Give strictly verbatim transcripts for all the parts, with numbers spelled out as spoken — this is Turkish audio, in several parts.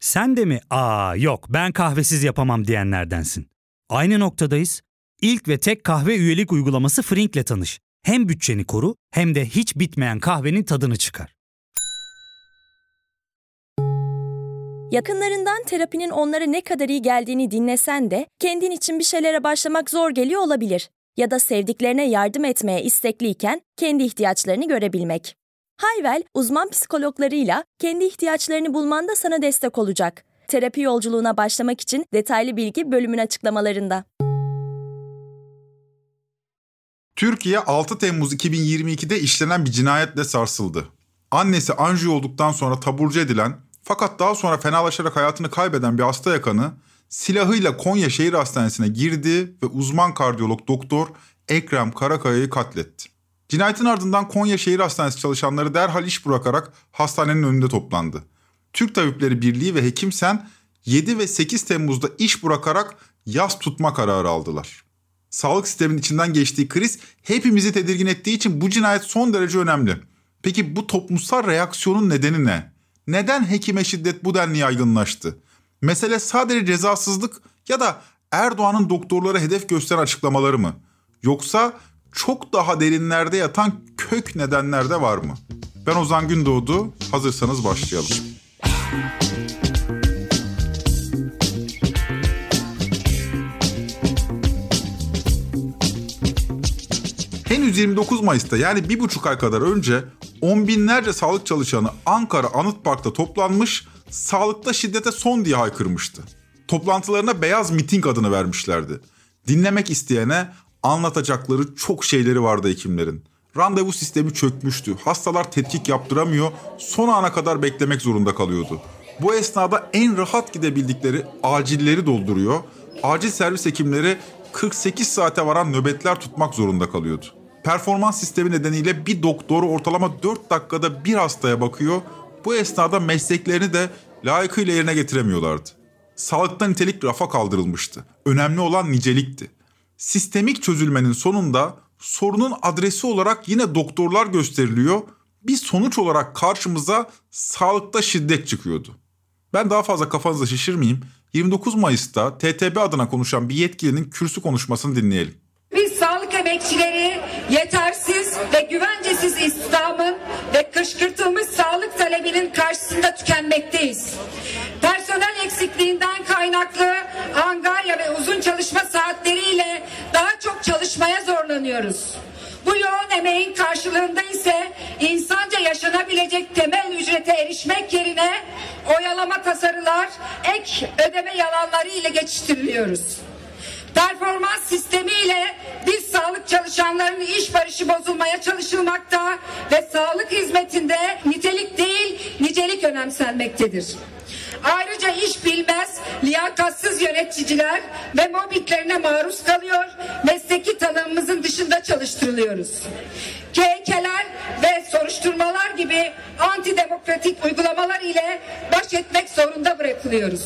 Sen de mi "Aa yok ben kahvesiz yapamam" diyenlerdensin? Aynı noktadayız. İlk ve tek kahve üyelik uygulaması Frink'le tanış. Hem bütçeni koru hem de hiç bitmeyen kahvenin tadını çıkar. Yakınlarından terapinin onlara ne kadar iyi geldiğini dinlesen de kendin için bir şeylere başlamak zor geliyor olabilir. Ya da sevdiklerine yardım etmeye istekliyken kendi ihtiyaçlarını görebilmek. Hayvel, uzman psikologlarıyla kendi ihtiyaçlarını bulmanda sana destek olacak. Terapi yolculuğuna başlamak için detaylı bilgi bölümün açıklamalarında. Türkiye altı Temmuz iki bin yirmi ikide işlenen bir cinayetle sarsıldı. Annesi anjiyo olduktan sonra taburcu edilen fakat daha sonra fenalaşarak hayatını kaybeden bir hasta yakanı silahıyla Konya Şehir Hastanesi'ne girdi ve uzman kardiyolog doktor Ekrem Karakaya'yı katletti. Cinayetin ardından Konya Şehir Hastanesi çalışanları derhal iş bırakarak hastanenin önünde toplandı. Türk Tabipleri Birliği ve Hekimsen yedi ve sekiz Temmuz'da iş bırakarak yas tutma kararı aldılar. Sağlık sisteminin içinden geçtiği kriz hepimizi tedirgin ettiği için bu cinayet son derece önemli. Peki bu toplumsal reaksiyonun nedeni ne? Neden hekime şiddet bu denli yaygınlaştı? Mesele sadece cezasızlık ya da Erdoğan'ın doktorlara hedef gösteren açıklamaları mı? Yoksa çok daha derinlerde yatan kök nedenler de var mı? Ben Ozan Gündoğdu, hazırsanız başlayalım. Henüz yirmi dokuz Mayıs'ta yani bir buçuk ay kadar önce on binlerce sağlık çalışanı Ankara Anıtpark'ta toplanmış, sağlıkta şiddete son diye haykırmıştı. Toplantılarına beyaz miting adını vermişlerdi. Dinlemek isteyene anlatacakları çok şeyleri vardı hekimlerin. Randevu sistemi çökmüştü. Hastalar tetkik yaptıramıyor, son ana kadar beklemek zorunda kalıyordu. Bu esnada en rahat gidebildikleri acilleri dolduruyor. Acil servis hekimleri kırk sekiz saate varan nöbetler tutmak zorunda kalıyordu. Performans sistemi nedeniyle bir doktor ortalama dört dakikada bir hastaya bakıyor. Bu esnada mesleklerini de layıkıyla yerine getiremiyorlardı. Sağlıkta nitelik rafa kaldırılmıştı. Önemli olan nicelikti. Sistemik çözülmenin sonunda sorunun adresi olarak yine doktorlar gösteriliyor. Bir sonuç olarak karşımıza sağlıkta şiddet çıkıyordu. Ben daha fazla kafanızı şişirmeyeyim. yirmi dokuz Mayıs'ta T T B adına konuşan bir yetkilinin kürsü konuşmasını dinleyelim. Biz sağlık emekçileri yetersiz ve güvencesiz istihdamın ve kışkırtılmış sağlık talebinin karşısında tükenmekteyiz. Personel eksikliğinden kaynaklı angarya ve uzun çalışma saatleriyle daha çok çalışmaya zorlanıyoruz. Bu yoğun emeğin karşılığında ise insanca yaşanabilecek temel ücrete erişmek yerine oyalama tasarılar, ek ödeme yalanları ile geçiştiriliyoruz. Performans sistemiyle biz sağlık çalışanlarının iş barışı bozulmaya çalışılmakta ve sağlık hizmetinde nitelik değil nicelik önemsenmektedir. Ayrıca iş bilmez, liyakatsız yöneticiler ve mobbinglerine maruz kalıyor, mesleki tanımımızın dışında çalıştırılıyoruz. K H K'ler ve soruşturmalar gibi antidemokratik uygulamalar ile baş etmek zorunda bırakılıyoruz.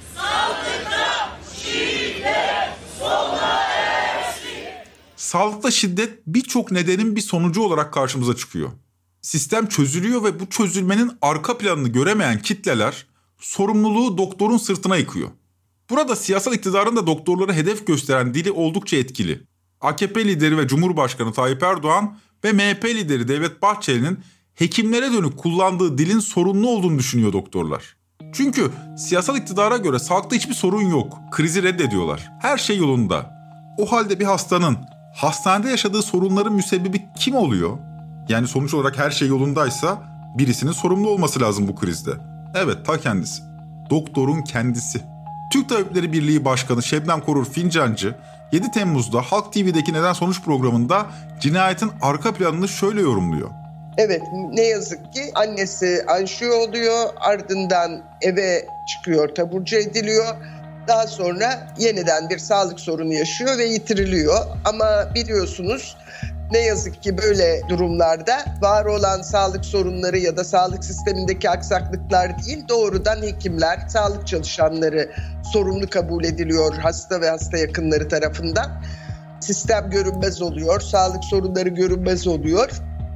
Sağlıkta şiddet sona ersin. Sağlıkta şiddet birçok nedenin bir sonucu olarak karşımıza çıkıyor. Sistem çözülüyor ve bu çözülmenin arka planını göremeyen kitleler sorumluluğu doktorun sırtına yıkıyor. Burada siyasal iktidarın da doktorlara hedef gösteren dili oldukça etkili. A K P lideri ve Cumhurbaşkanı Tayyip Erdoğan ve M H P lideri Devlet Bahçeli'nin hekimlere dönük kullandığı dilin sorunlu olduğunu düşünüyor doktorlar. Çünkü siyasal iktidara göre sağlıkta hiçbir sorun yok. Krizi reddediyorlar. Her şey yolunda. O halde bir hastanın hastanede yaşadığı sorunların müsebbibi kim oluyor? Yani sonuç olarak her şey yolundaysa birisinin sorumlu olması lazım bu krizde. Evet, ta kendisi. Doktorun kendisi. Türk Tabipleri Birliği Başkanı Şebnem Korur Fincancı yedi Temmuz'da Halk T V'deki Neden Sonuç programında cinayetin arka planını şöyle yorumluyor. Evet, ne yazık ki annesi anjiyo oluyor, ardından eve çıkıyor, taburcu ediliyor. Daha sonra yeniden bir sağlık sorunu yaşıyor ve yitiriliyor. Ama biliyorsunuz ne yazık ki böyle durumlarda var olan sağlık sorunları ya da sağlık sistemindeki aksaklıklar değil, doğrudan hekimler, sağlık çalışanları sorumlu kabul ediliyor hasta ve hasta yakınları tarafından. Sistem görünmez oluyor, sağlık sorunları görünmez oluyor.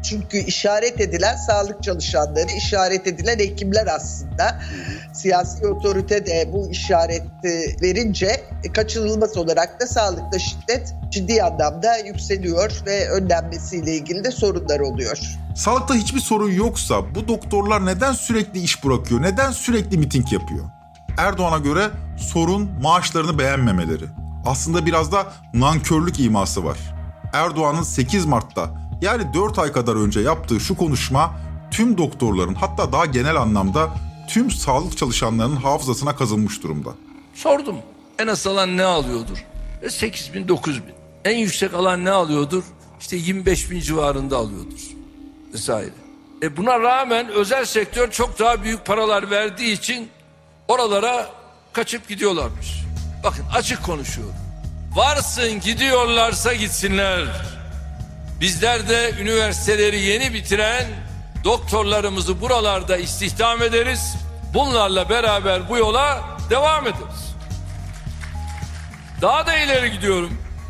Çünkü işaret edilen sağlık çalışanları, işaret edilen hekimler aslında. Siyasi otorite de bu işareti verince kaçınılmaz olarak da sağlıkta şiddet ciddi anlamda yükseliyor ve önlenmesiyle ilgili de sorunlar oluyor. Sağlıkta hiçbir sorun yoksa bu doktorlar neden sürekli iş bırakıyor? Neden sürekli miting yapıyor? Erdoğan'a göre sorun maaşlarını beğenmemeleri. Aslında biraz da nankörlük iması var. Erdoğan'ın sekiz Mart'ta yani dört ay kadar önce yaptığı şu konuşma tüm doktorların, hatta daha genel anlamda tüm sağlık çalışanlarının hafızasına kazınmış durumda. Sordum, en az alan ne alıyordur? E sekiz bin dokuz bin. En yüksek alan ne alıyordur? İşte yirmi beş bin civarında alıyordur vesaire. E buna rağmen özel sektör çok daha büyük paralar verdiği için oralara kaçıp gidiyorlarmış. Bakın açık konuşuyorum. Varsın gidiyorlarsa gitsinler. Bizler de üniversiteleri yeni bitiren doktorlarımızı buralarda istihdam ederiz. Bunlarla beraber bu yola devam ederiz. Daha da ileri gidiyorum.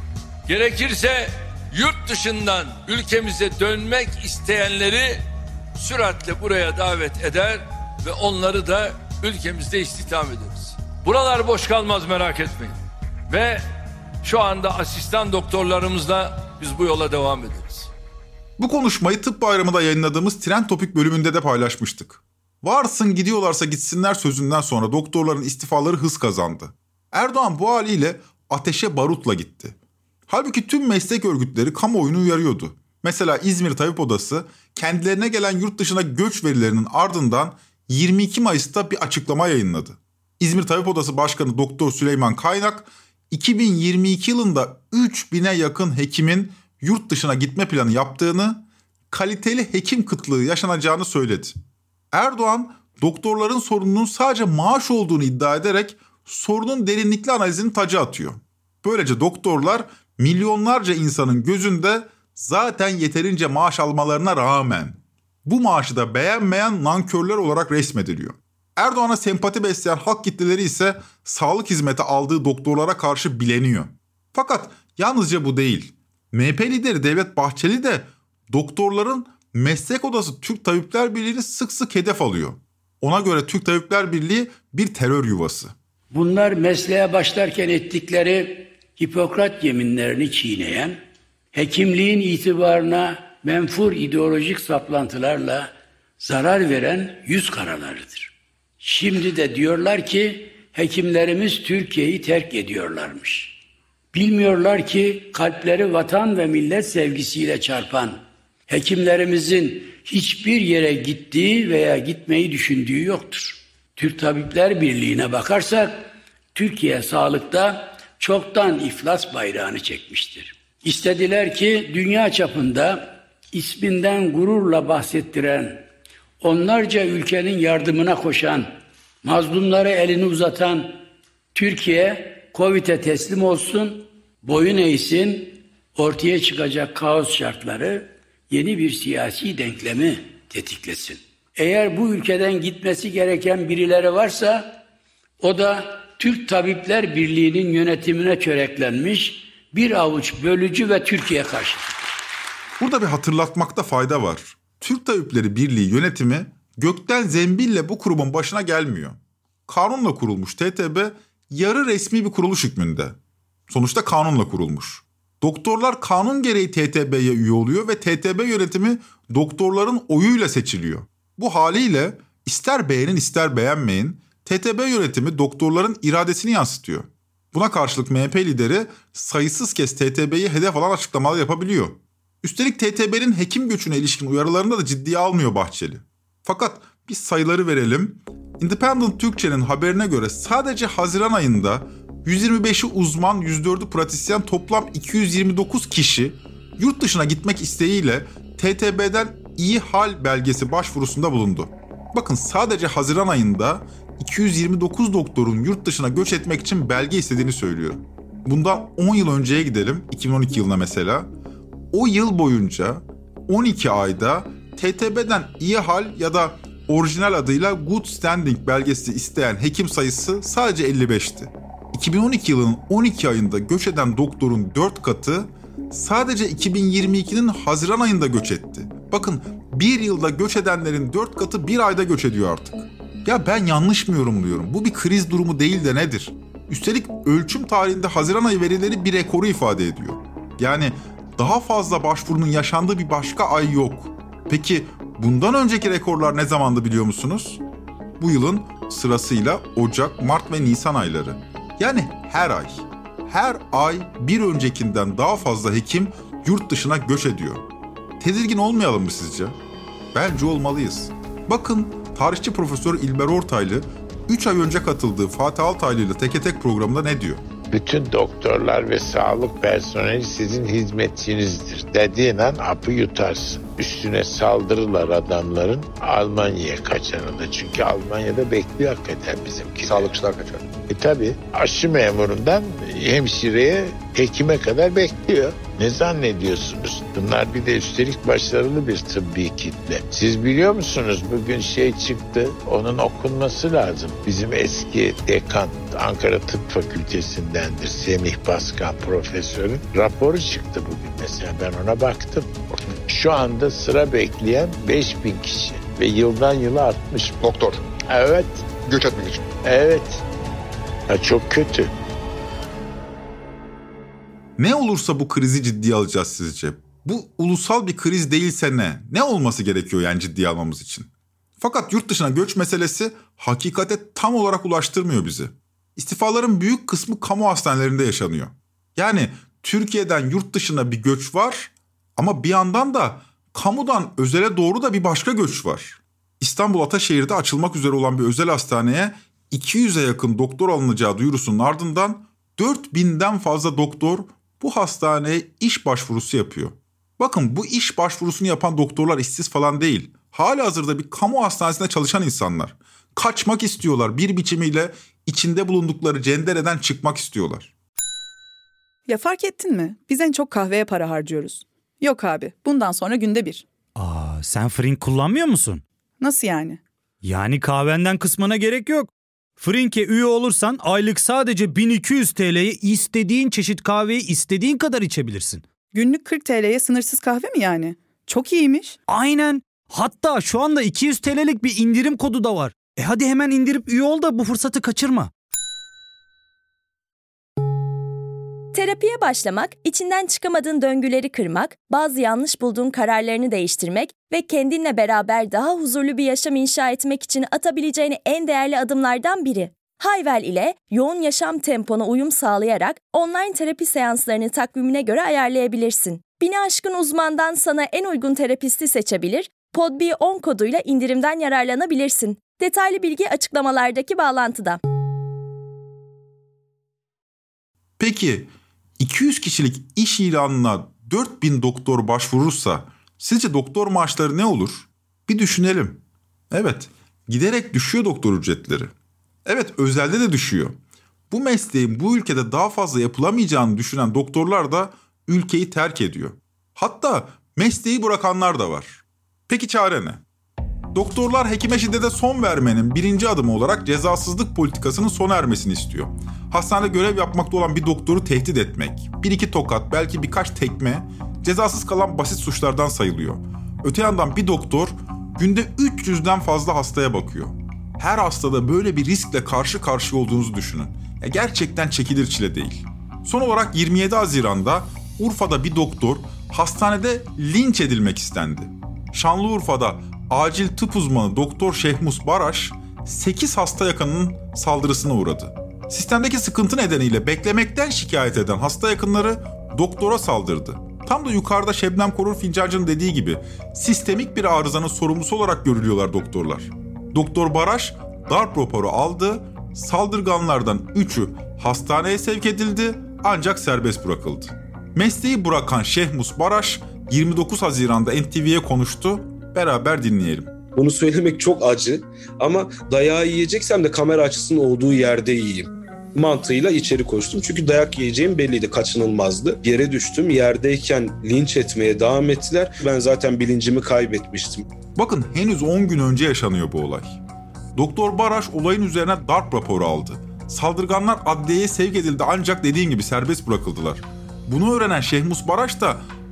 Gerekirse yurt dışından ülkemize dönmek isteyenleri süratle buraya davet eder ve onları da ülkemizde istihdam ederiz. Buralar boş kalmaz, merak etmeyin. Ve şu anda asistan doktorlarımızla biz bu yola devam ederiz. Bu konuşmayı Tıp Bayramı'nda yayınladığımız Trend Topik bölümünde de paylaşmıştık. Varsın gidiyorlarsa gitsinler sözünden sonra doktorların istifaları hız kazandı. Erdoğan bu haliyle ateşe barutla gitti. Halbuki tüm meslek örgütleri kamuoyunu uyarıyordu. Mesela İzmir Tabip Odası kendilerine gelen yurt dışına göç verilerinin ardından yirmi iki Mayıs'ta bir açıklama yayınladı. İzmir Tabip Odası Başkanı Doktor Süleyman Kaynak, iki bin yirmi iki yılında üç bine yakın hekimin yurt dışına gitme planı yaptığını, kaliteli hekim kıtlığı yaşanacağını söyledi. Erdoğan, doktorların sorununun sadece maaş olduğunu iddia ederek sorunun derinlikli analizini taca atıyor. Böylece doktorlar milyonlarca insanın gözünde zaten yeterince maaş almalarına rağmen bu maaşı da beğenmeyen nankörler olarak resmediliyor. Erdoğan'a sempati besleyen halk kitleleri ise sağlık hizmeti aldığı doktorlara karşı bileniyor. Fakat yalnızca bu değil. M H P lideri Devlet Bahçeli de doktorların meslek odası Türk Tabipler Birliği'ni sık sık hedef alıyor. Ona göre Türk Tabipler Birliği bir terör yuvası. Bunlar mesleğe başlarken ettikleri Hipokrat yeminlerini çiğneyen, hekimliğin itibarına menfur ideolojik saplantılarla zarar veren yüz karalarıdır. Şimdi de diyorlar ki hekimlerimiz Türkiye'yi terk ediyorlarmış. Bilmiyorlar ki kalpleri vatan ve millet sevgisiyle çarpan hekimlerimizin hiçbir yere gittiği veya gitmeyi düşündüğü yoktur. Türk Tabipler Birliği'ne bakarsak Türkiye sağlıkta çoktan iflas bayrağını çekmiştir. İstediler ki dünya çapında isminden gururla bahsettiren, onlarca ülkenin yardımına koşan, mazlumlara elini uzatan Türkiye Covid'e teslim olsun, boyun eğsin, ortaya çıkacak kaos şartları yeni bir siyasi denklemi tetiklesin. Eğer bu ülkeden gitmesi gereken birileri varsa o da Türk Tabipler Birliği'nin yönetimine çöreklenmiş bir avuç bölücü ve Türkiye karşıtı. Burada bir hatırlatmakta fayda var. Türk Tabipleri Birliği yönetimi gökten zembille bu kurumun başına gelmiyor. Kanunla kurulmuş T T B yarı resmi bir kuruluş hükmünde. Sonuçta kanunla kurulmuş. Doktorlar kanun gereği T T B'ye üye oluyor ve T T B yönetimi doktorların oyuyla seçiliyor. Bu haliyle ister beğenin ister beğenmeyin T T B yönetimi doktorların iradesini yansıtıyor. Buna karşılık M H P lideri sayısız kez T T B'yi hedef alan açıklamalar yapabiliyor. Üstelik T T B'nin hekim göçüne ilişkin uyarılarını da ciddiye almıyor Bahçeli. Fakat biz sayıları verelim. Independent Türkçe'nin haberine göre sadece Haziran ayında yüz yirmi beşi uzman, yüz dördü pratisyen toplam iki yüz yirmi dokuz kişi yurt dışına gitmek isteğiyle T T B'den iyi hal belgesi başvurusunda bulundu. Bakın sadece Haziran ayında iki yüz yirmi dokuz doktorun yurt dışına göç etmek için belge istediğini söylüyor. Bundan on yıl önceye gidelim, iki bin on iki yılına mesela. O yıl boyunca on iki ayda T T B'den iyi hal ya da orijinal adıyla Good Standing belgesi isteyen hekim sayısı sadece elli beşti. iki bin on iki yılının on iki ayında göç eden doktorun dört katı sadece iki bin yirmi ikinin Haziran ayında göç etti. Bakın bir yılda göç edenlerin dört katı bir ayda göç ediyor artık. Ya ben yanlış mı yorumluyorum? Bu bir kriz durumu değil de nedir? Üstelik ölçüm tarihinde Haziran ayı verileri bir rekoru ifade ediyor. Yani daha fazla başvurunun yaşandığı bir başka ay yok. Peki bundan önceki rekorlar ne zamandı biliyor musunuz? Bu yılın sırasıyla Ocak, Mart ve Nisan ayları. Yani her ay, her ay bir öncekinden daha fazla hekim yurt dışına göç ediyor. Tedirgin olmayalım mı sizce? Bence olmalıyız. Bakın tarihçi Profesör İlber Ortaylı üç ay önce katıldığı Fatih Altaylı ile Teke Tek programında ne diyor? Bütün doktorlar ve sağlık personeli sizin hizmetçinizdir. Dediğin an hapı yutarsın. Üstüne saldırırlar adamların Almanya'ya kaçanı da. Çünkü Almanya'da bekliyor hakikaten bizimkiler. Sağlıkçılar kaçar. E tabi aşı memurundan hemşireye, hekime kadar bekliyor. Ne zannediyorsunuz? Bunlar bir de üstelik başarılı bir tıbbi kitle. Siz biliyor musunuz bugün şey çıktı, onun okunması lazım. Bizim eski dekan Ankara Tıp Fakültesindendir Semih Baskan profesörün raporu çıktı bugün mesela, ben ona baktım. Şu anda sıra bekleyen beş bin kişi ve yıldan yıla artmış. Doktor. Evet. Göç etmek için. Evet. Ha, çok kötü. Ne olursa bu krizi ciddiye alacağız sizce? Bu ulusal bir kriz değilse ne? Ne olması gerekiyor yani ciddiye almamız için? Fakat yurt dışına göç meselesi hakikate tam olarak ulaştırmıyor bizi. İstifaların büyük kısmı kamu hastanelerinde yaşanıyor. Yani Türkiye'den yurt dışına bir göç var ama bir yandan da kamudan özele doğru da bir başka göç var. İstanbul Ataşehir'de açılmak üzere olan bir özel hastaneye iki yüze yakın doktor alınacağı duyurusunun ardından dört binden fazla doktor bu hastaneye iş başvurusu yapıyor. Bakın bu iş başvurusunu yapan doktorlar işsiz falan değil. Halihazırda bir kamu hastanesinde çalışan insanlar. Kaçmak istiyorlar, bir biçimiyle içinde bulundukları cendereden çıkmak istiyorlar. Ya fark ettin mi? Biz en çok kahveye para harcıyoruz. Yok abi, bundan sonra günde bir. Aa, sen Frink kullanmıyor musun? Nasıl yani? Yani kahvenden kısmına gerek yok. Frink'e üye olursan aylık sadece bin iki yüz TL'ye istediğin çeşit kahveyi istediğin kadar içebilirsin. Günlük kırk TL'ye sınırsız kahve mi yani? Çok iyiymiş. Aynen. Hatta şu anda iki yüz TL'lik bir indirim kodu da var. E hadi hemen indirip üye ol da bu fırsatı kaçırma. Terapiye başlamak, içinden çıkamadığın döngüleri kırmak, bazı yanlış bulduğun kararlarını değiştirmek ve kendinle beraber daha huzurlu bir yaşam inşa etmek için atabileceğin en değerli adımlardan biri. Hayvel ile yoğun yaşam tempona uyum sağlayarak online terapi seanslarını takvimine göre ayarlayabilirsin. Bini aşkın uzmandan sana en uygun terapisti seçebilir, Podbi on koduyla indirimden yararlanabilirsin. Detaylı bilgi açıklamalardaki bağlantıda. Peki iki yüz kişilik iş ilanına dört bin doktor başvurursa sizce doktor maaşları ne olur? Bir düşünelim. Evet, giderek düşüyor doktor ücretleri. Evet, özelde de düşüyor. Bu mesleğin bu ülkede daha fazla yapılamayacağını düşünen doktorlar da ülkeyi terk ediyor. Hatta mesleği bırakanlar da var. Peki çare ne? Doktorlar hekime şiddete son vermenin birinci adımı olarak cezasızlık politikasının sona ermesini istiyor. Hastanede görev yapmakta olan bir doktoru tehdit etmek, bir iki tokat, belki birkaç tekme, cezasız kalan basit suçlardan sayılıyor. Öte yandan bir doktor günde üç yüzden fazla hastaya bakıyor. Her hastada böyle bir riskle karşı karşıya olduğunuzu düşünün. Ya gerçekten çekilir çile değil. Son olarak yirmi yedi Haziran'da Urfa'da bir doktor hastanede linç edilmek istendi. Şanlıurfa'da acil tıp uzmanı Doktor Şehmus Baraş sekiz hasta yakınının saldırısına uğradı. Sistemdeki sıkıntı nedeniyle beklemekten şikayet eden hasta yakınları doktora saldırdı. Tam da yukarıda Şebnem Korur Fincancı'nın dediği gibi sistemik bir arızanın sorumlusu olarak görülüyorlar doktorlar. Doktor Baraş darp raporu aldı, saldırganlardan üçü hastaneye sevk edildi ancak serbest bırakıldı. Mesleği bırakan Şehmus Baraş yirmi dokuz Haziran'da N T V'ye konuştu. Beraber dinleyelim. Bunu söylemek çok acı ama dayağı yiyeceksem de kamera açısının olduğu yerde yiyeyim mantığıyla içeri koştum. Çünkü dayak yiyeceğim belliydi, kaçınılmazdı. Yere düştüm, yerdeyken linç etmeye devam ettiler. Ben zaten bilincimi kaybetmiştim. Bakın henüz on gün önce yaşanıyor bu olay. Doktor Baraş olayın üzerine darp raporu aldı. Saldırganlar adliyeye sevk edildi ancak dediğin gibi serbest bırakıldılar. Bunu öğrenen Şehmus Baraş da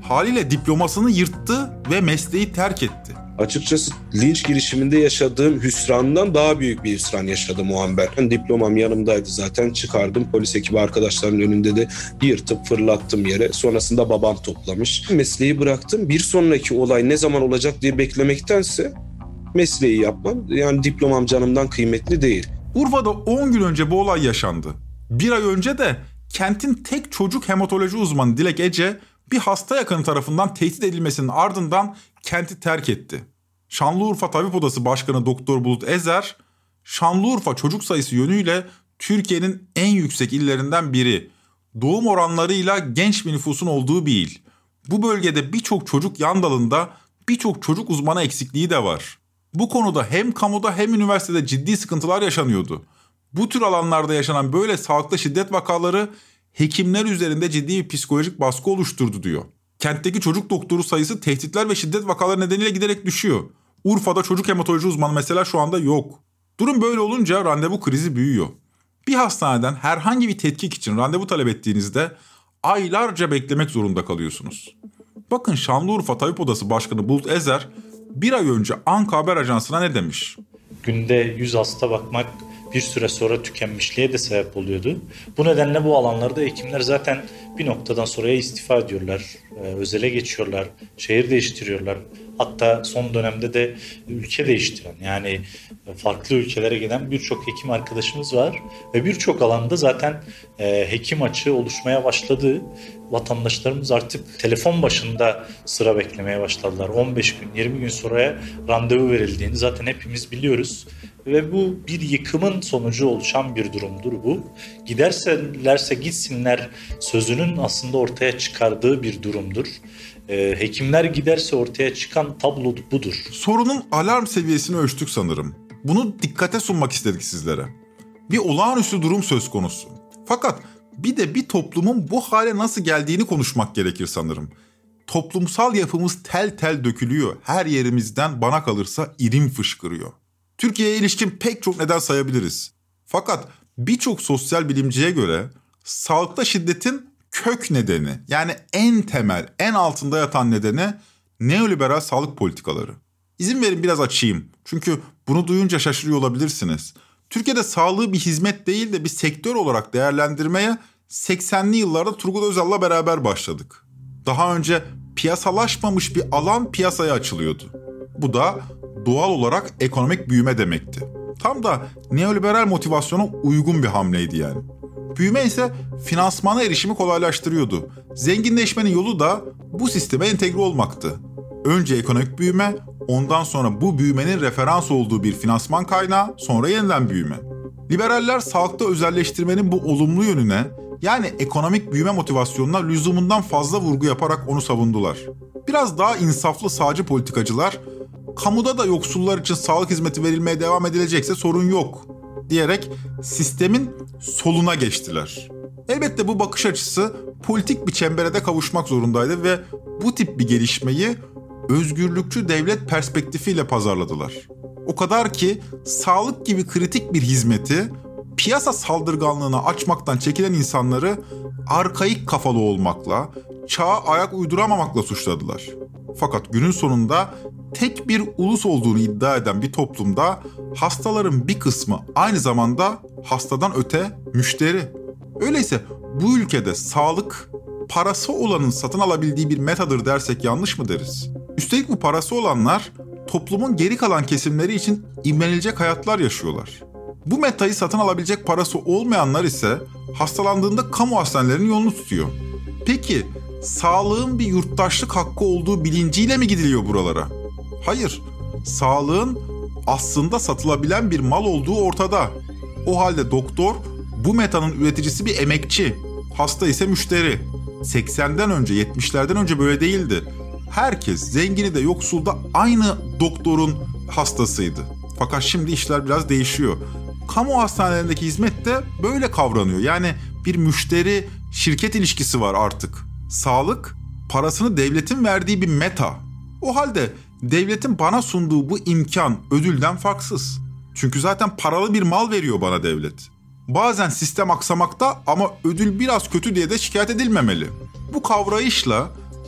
Haliyle diplomasını yırttı ve mesleği terk etti. Açıkçası linç girişiminde yaşadığım hüsrandan daha büyük bir hüsran yaşadı Muammer. Ben diplomam yanımdaydı zaten, çıkardım. Polis ekibi arkadaşların önünde de yırtıp fırlattım yere. Sonrasında babam toplamış. Mesleği bıraktım. Bir sonraki olay ne zaman olacak diye beklemektense mesleği yapmam. Yani diplomam canımdan kıymetli değil. Urfa'da on gün önce bu olay yaşandı. Bir ay önce de kentin tek çocuk hematoloji uzmanı Dilek Ece bir hasta yakını tarafından tehdit edilmesinin ardından kenti terk etti. Şanlıurfa Tabip Odası Başkanı Doktor Bulut Ezer, Şanlıurfa çocuk sayısı yönüyle Türkiye'nin en yüksek illerinden biri. Doğum oranlarıyla genç bir nüfusun olduğu bir il. Bu bölgede birçok çocuk yan dalında birçok çocuk uzmanı eksikliği de var. Bu konuda hem kamuda hem üniversitede ciddi sıkıntılar yaşanıyordu. Bu tür alanlarda yaşanan böyle sağlıkta şiddet vakaları hekimler üzerinde ciddi bir psikolojik baskı oluşturdu diyor. Kentteki çocuk doktoru sayısı tehditler ve şiddet vakaları nedeniyle giderek düşüyor. Urfa'da çocuk hematoloji uzmanı mesela şu anda yok. Durum böyle olunca randevu krizi büyüyor. Bir hastaneden herhangi bir tetkik için randevu talep ettiğinizde aylarca beklemek zorunda kalıyorsunuz. Bakın Şanlıurfa Tabip Odası Başkanı Bulut Ezer bir ay önce Anka Haber Ajansı'na ne demiş? Günde yüz hasta bakmak bir süre sonra tükenmişliğe de sebep oluyordu. Bu nedenle bu alanlarda hekimler zaten bir noktadan sonra istifa ediyorlar, özele geçiyorlar, şehir değiştiriyorlar. Hatta son dönemde de ülke değiştiren, yani farklı ülkelere giden birçok hekim arkadaşımız var. Ve birçok alanda zaten e, hekim açığı oluşmaya başladı. Vatandaşlarımız artık telefon başında sıra beklemeye başladılar. on beş gün, yirmi gün sonraya randevu verildiğini zaten hepimiz biliyoruz. Ve bu bir yıkımın sonucu oluşan bir durumdur bu. Giderlerse gitsinler sözünün aslında ortaya çıkardığı bir durumdur. Ee, hekimler giderse ortaya çıkan tablo budur. Sorunun alarm seviyesini ölçtük sanırım. Bunu dikkate sunmak istedik sizlere. Bir olağanüstü durum söz konusu. Fakat bir de bir toplumun bu hale nasıl geldiğini konuşmak gerekir sanırım. Toplumsal yapımız tel tel dökülüyor. Her yerimizden bana kalırsa irim fışkırıyor. Türkiye'ye ilişkin pek çok neden sayabiliriz. Fakat birçok sosyal bilimciye göre sağlıkta şiddetin kök nedeni, yani en temel, en altında yatan nedeni neoliberal sağlık politikaları. İzin verin biraz açayım. Çünkü bunu duyunca şaşırıyor olabilirsiniz. Türkiye'de sağlığı bir hizmet değil de bir sektör olarak değerlendirmeye seksenli yıllarda Turgut Özal'la beraber başladık. Daha önce piyasalaşmamış bir alan piyasaya açılıyordu. Bu da doğal olarak ekonomik büyüme demekti. Tam da neoliberal motivasyona uygun bir hamleydi yani. Büyüme ise finansmana erişimi kolaylaştırıyordu. Zenginleşmenin yolu da bu sisteme entegre olmaktı. Önce ekonomik büyüme, ondan sonra bu büyümenin referans olduğu bir finansman kaynağı, sonra yeniden büyüme. Liberaller sağlıkta özelleştirmenin bu olumlu yönüne, yani ekonomik büyüme motivasyonuna lüzumundan fazla vurgu yaparak onu savundular. Biraz daha insaflı sağcı politikacılar, kamuda da yoksullar için sağlık hizmeti verilmeye devam edilecekse sorun yok diyerek sistemin soluna geçtiler. Elbette bu bakış açısı politik bir çembere de kavuşmak zorundaydı ve bu tip bir gelişmeyi özgürlükçü devlet perspektifiyle pazarladılar. O kadar ki sağlık gibi kritik bir hizmeti piyasa saldırganlığına açmaktan çekilen insanları arkaik kafalı olmakla, çağa ayak uyduramamakla suçladılar. Fakat günün sonunda tek bir ulus olduğunu iddia eden bir toplumda hastaların bir kısmı aynı zamanda hastadan öte müşteri. Öyleyse bu ülkede sağlık parası olanın satın alabildiği bir metadır dersek yanlış mı deriz? Üstelik bu parası olanlar toplumun geri kalan kesimleri için imrenilecek hayatlar yaşıyorlar. Bu metayı satın alabilecek parası olmayanlar ise hastalandığında kamu hastanelerinin yolunu tutuyor. Peki sağlığın bir yurttaşlık hakkı olduğu bilinciyle mi gidiliyor buralara? Hayır, sağlığın aslında satılabilen bir mal olduğu ortada. O halde doktor bu metanın üreticisi bir emekçi, hasta ise müşteri. seksenden önce, yetmişlerden önce böyle değildi. Herkes, zengini de yoksul da aynı doktorun hastasıydı. Fakat şimdi işler biraz değişiyor. Kamu hastanelerindeki hizmet de böyle kavranıyor. Yani bir müşteri şirket ilişkisi var artık. Sağlık, parasını devletin verdiği bir meta. O halde devletin bana sunduğu bu imkan ödülden farksız. Çünkü zaten paralı bir mal veriyor bana devlet. Bazen sistem aksamakta ama ödül biraz kötü diye de şikayet edilmemeli. Bu kavrayışla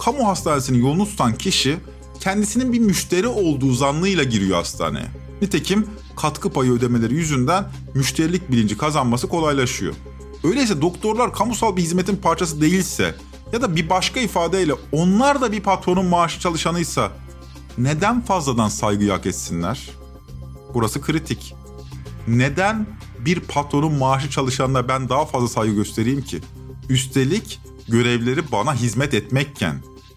kamu hastanesinin yolunu tutan kişi kendisinin bir müşteri olduğu zannıyla giriyor hastaneye. Nitekim katkı payı ödemeleri yüzünden müşterilik bilinci kazanması kolaylaşıyor. Öyleyse doktorlar kamusal bir hizmetin parçası değilse ya da bir başka ifadeyle onlar da bir patronun maaşı çalışanıysa neden fazladan saygıyı hak etsinler? Burası kritik. Neden bir patronun maaşı çalışanına ben daha fazla saygı göstereyim ki? Üstelik görevleri bana hizmet etmekken,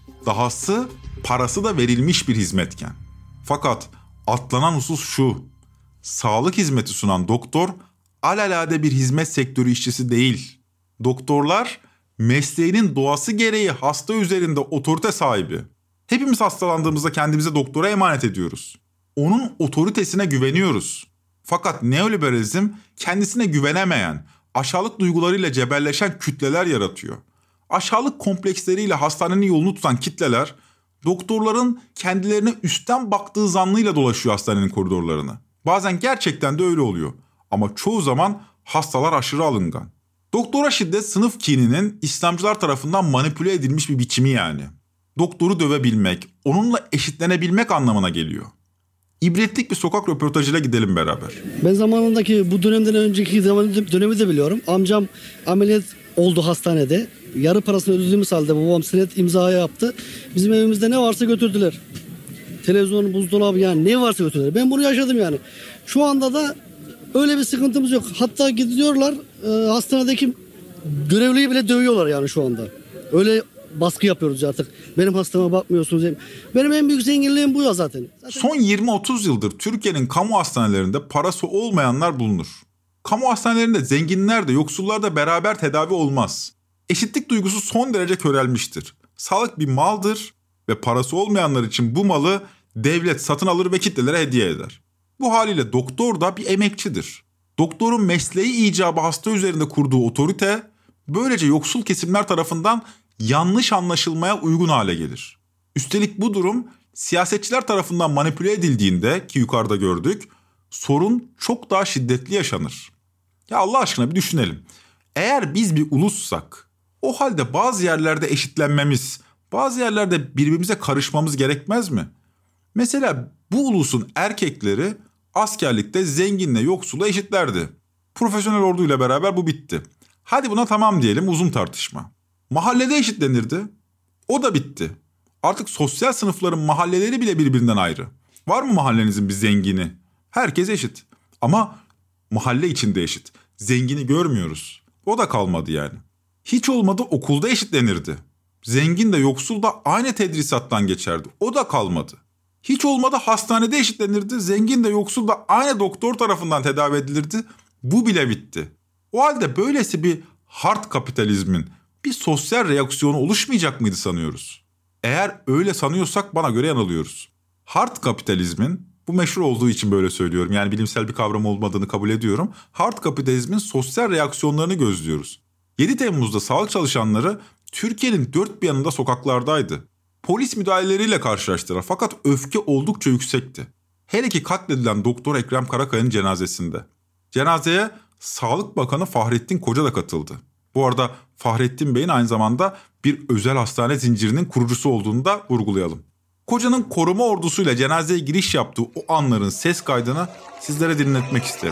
dahası parası da verilmiş bir hizmetken. Fakat atlanan husus şu: sağlık hizmeti sunan doktor alelade bir hizmet sektörü işçisi değil. Doktorlar mesleğinin doğası gereği hasta üzerinde otorite sahibi. Hepimiz hastalandığımızda kendimize doktora emanet ediyoruz. Onun otoritesine güveniyoruz. Fakat neoliberalizm kendisine güvenemeyen, aşağılık duygularıyla cebelleşen kütleler yaratıyor. Aşağılık kompleksleriyle hastanenin yolunu tutan kitleler, doktorların kendilerine üstten baktığı zannıyla dolaşıyor hastanenin koridorlarını. Bazen gerçekten de öyle oluyor. Ama çoğu zaman hastalar aşırı alıngan. Doktora şiddet sınıf kininin İslamcılar tarafından manipüle edilmiş bir biçimi yani. Doktoru dövebilmek, onunla eşitlenebilmek anlamına geliyor. İbretlik bir sokak röportajıyla gidelim beraber. Ben zamanındaki bu dönemden önceki dönemi de biliyorum. Amcam ameliyat oldu hastanede. Yarı parasını ödediğimiz halde babam senet imzaya yaptı. Bizim evimizde ne varsa götürdüler. Televizyon, buzdolabı, yani ne varsa götürdüler. Ben bunu yaşadım yani. Şu anda da öyle bir sıkıntımız yok. Hatta gidiyorlar e, hastanedeki görevliyi bile dövüyorlar yani şu anda. Öyle baskı yapıyoruz artık. Benim hastama bakmıyorsunuz. Benim en büyük zenginliğim bu ya zaten. zaten. Son yirmi otuz yıldır Türkiye'nin kamu hastanelerinde parası olmayanlar bulunur. Kamu hastanelerinde zenginler de yoksullar da beraber tedavi olmaz. Eşitlik duygusu son derece körelmiştir. Sağlık bir maldır ve parası olmayanlar için bu malı devlet satın alır ve kitlelere hediye eder. Bu haliyle doktor da bir emekçidir. Doktorun mesleği icabı hasta üzerinde kurduğu otorite böylece yoksul kesimler tarafından yanlış anlaşılmaya uygun hale gelir. Üstelik bu durum siyasetçiler tarafından manipüle edildiğinde, ki yukarıda gördük, sorun çok daha şiddetli yaşanır. Ya Allah aşkına bir düşünelim. Eğer biz bir ulussak, o halde bazı yerlerde eşitlenmemiz, bazı yerlerde birbirimize karışmamız gerekmez mi? Mesela bu ulusun erkekleri askerlikte zenginle yoksulu eşitlerdi. Profesyonel orduyla beraber bu bitti. Hadi buna tamam diyelim, uzun tartışma. Mahallede eşitlenirdi. O da bitti. Artık sosyal sınıfların mahalleleri bile birbirinden ayrı. Var mı mahallenizin bir zengini? Herkes eşit. Ama mahalle içinde eşit. Zengini görmüyoruz. O da kalmadı yani. Hiç olmadı okulda eşitlenirdi. Zengin de yoksul da aynı tedrisattan geçerdi. O da kalmadı. Hiç olmadı hastanede eşitlenirdi. Zengin de yoksul da aynı doktor tarafından tedavi edilirdi. Bu bile bitti. O halde böylesi bir hard kapitalizmin bir sosyal reaksiyonu oluşmayacak mıydı sanıyoruz? Eğer öyle sanıyorsak bana göre yanılıyoruz. Hard kapitalizmin, bu meşhur olduğu için böyle söylüyorum, yani bilimsel bir kavram olmadığını kabul ediyorum. Hard kapitalizmin sosyal reaksiyonlarını gözlüyoruz. yedi Temmuz'da sağlık çalışanları Türkiye'nin dört bir yanında sokaklardaydı. Polis müdahaleleriyle karşılaştılar fakat öfke oldukça yüksekti. Hele ki katledilen Doktor Ekrem Karakaya'nın cenazesinde. Cenazeye Sağlık Bakanı Fahrettin Koca da katıldı. Bu arada Fahrettin Bey'in aynı zamanda bir özel hastane zincirinin kurucusu olduğunu da vurgulayalım. Koca'nın koruma ordusuyla cenazeye giriş yaptığı o anların ses kaydını sizlere dinletmek isterim.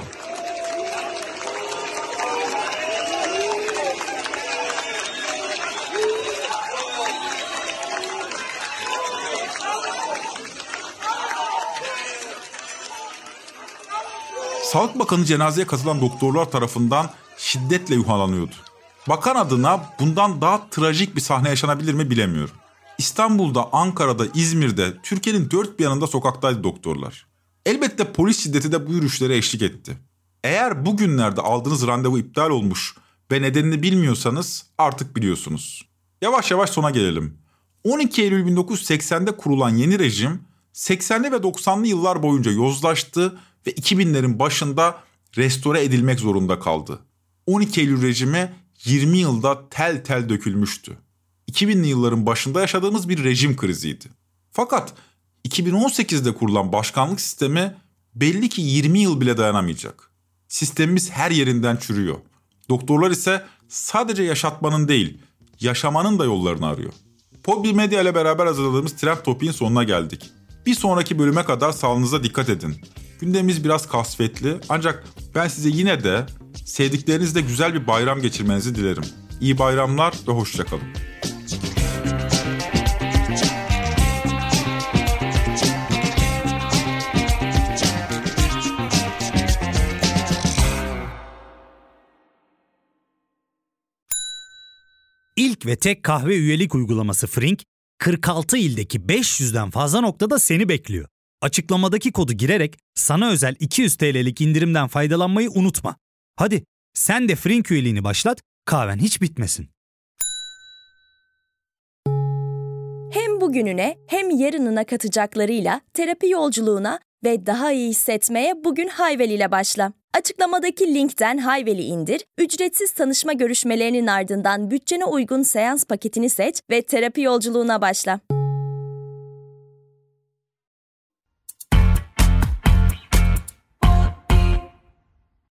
Sağlık Bakanı cenazeye katılan doktorlar tarafından şiddetle yuhalanıyordu. Bakan adına bundan daha trajik bir sahne yaşanabilir mi bilemiyorum. İstanbul'da, Ankara'da, İzmir'de, Türkiye'nin dört bir yanında sokaktaydı doktorlar. Elbette polis şiddeti de bu yürüyüşlere eşlik etti. Eğer bugünlerde aldığınız randevu iptal olmuş ve nedenini bilmiyorsanız artık biliyorsunuz. Yavaş yavaş sona gelelim. on iki Eylül bin dokuz yüz seksende kurulan yeni rejim seksenli ve doksanlı yıllar boyunca yozlaştı ve iki binlerin başında restore edilmek zorunda kaldı. on iki Eylül rejimi yirmi yılda tel tel dökülmüştü. iki binli yılların başında yaşadığımız bir rejim kriziydi. Fakat iki bin on sekizde kurulan başkanlık sistemi belli ki yirmi yıl bile dayanamayacak. Sistemimiz her yerinden çürüyor. Doktorlar ise sadece yaşatmanın değil, yaşamanın da yollarını arıyor. Podbi Medya ile beraber hazırladığımız Trend Topik'in sonuna geldik. Bir sonraki bölüme kadar sağlığınıza dikkat edin. Gündemimiz biraz kasvetli ancak ben size yine de sevdiklerinizle güzel bir bayram geçirmenizi dilerim. İyi bayramlar ve hoşça kalın. İlk ve tek kahve üyelik uygulaması Frink, kırk altı ildeki beş yüzden fazla noktada seni bekliyor. Açıklamadaki kodu girerek sana özel iki yüz TL'lik indirimden faydalanmayı unutma. Hadi sen de Frink üyeliğini başlat, kahven hiç bitmesin. Hem bugününe hem yarınına katacaklarıyla terapi yolculuğuna ve daha iyi hissetmeye bugün Hayvel ile başla. Açıklamadaki linkten Hayvel'i indir, ücretsiz tanışma görüşmelerinin ardından bütçene uygun seans paketini seç ve terapi yolculuğuna başla.